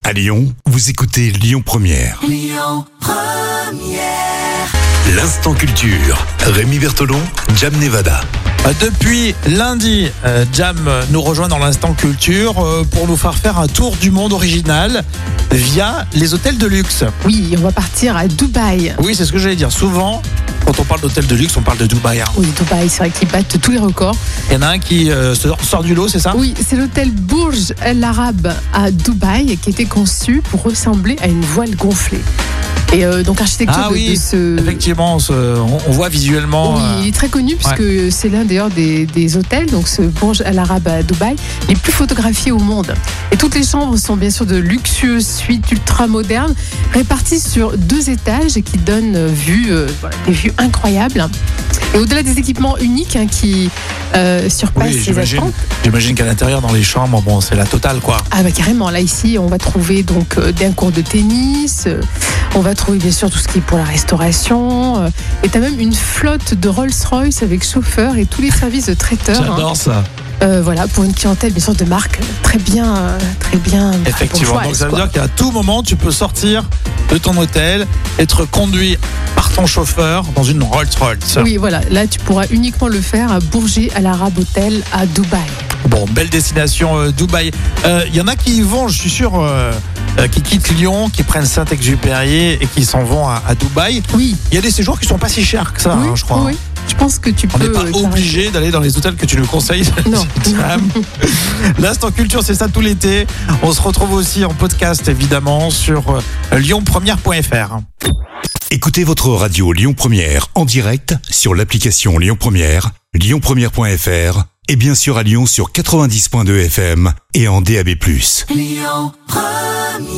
À Lyon, vous écoutez Lyon Première. Lyon Première. L'instant culture. Rémi Bertolon, Jam Nevada. Depuis lundi, Jam nous rejoint dans l'instant culture pour nous faire un tour du monde original via les hôtels de luxe. Oui, on va partir à Dubaï. Oui, c'est ce que j'allais dire. Souvent, quand on parle d'hôtel de luxe, on parle de Dubaï. Oui, Dubaï, c'est vrai qu'ils battent tous les records. Il y en a un qui sort du lot, c'est ça ? Oui, c'est l'hôtel Burj Al Arab à Dubaï qui était conçu pour ressembler à une voile gonflée. Et donc l'architecture de ce... Effectivement, on voit visuellement... Oui, il est très connu puisque c'est l'un d'ailleurs des hôtels, donc ce Burj Al Arab à Dubaï, les plus photographiés au monde. Et toutes les chambres sont bien sûr de luxueuses suites ultra modernes, réparties sur 2 étages et qui donnent des vues incroyables. Et au-delà des équipements uniques qui surpassent les attentes. J'imagine qu'à l'intérieur, dans les chambres, c'est la totale, quoi. Ah bah carrément, là ici, on va trouver donc un cours de tennis, on va trouver bien sûr tout ce qui est pour la restauration, et t'as même une flotte de Rolls-Royce avec chauffeur et tous les services de traiteur. J'adore ça. Pour une clientèle bien sûr de marque très bien. Effectivement, donc ça veut dire qu'à tout moment tu peux sortir de ton hôtel, être conduit par ton chauffeur dans une Rolls-Royce. Oui, voilà, là tu pourras uniquement le faire à Burj Al Arab Hotel à Dubaï. Bon, belle destination Dubaï. Il y en a qui y vont, je suis sûr, qui quittent Lyon, qui prennent Saint-Exupéry et qui s'en vont à Dubaï. Oui. Il y a des séjours qui sont pas si chers que ça, oui, je crois. Oui. Je pense que tu peux. On n'est pas obligé d'aller dans les hôtels que tu nous conseilles. Non. L'instant culture, c'est ça tout l'été. On se retrouve aussi en podcast, évidemment, sur lyonpremière.fr. Écoutez votre radio Lyon Première en direct sur l'application Lyon Première, lyonpremière.fr et bien sûr à Lyon sur 90.2 FM et en DAB+. Lyon Première.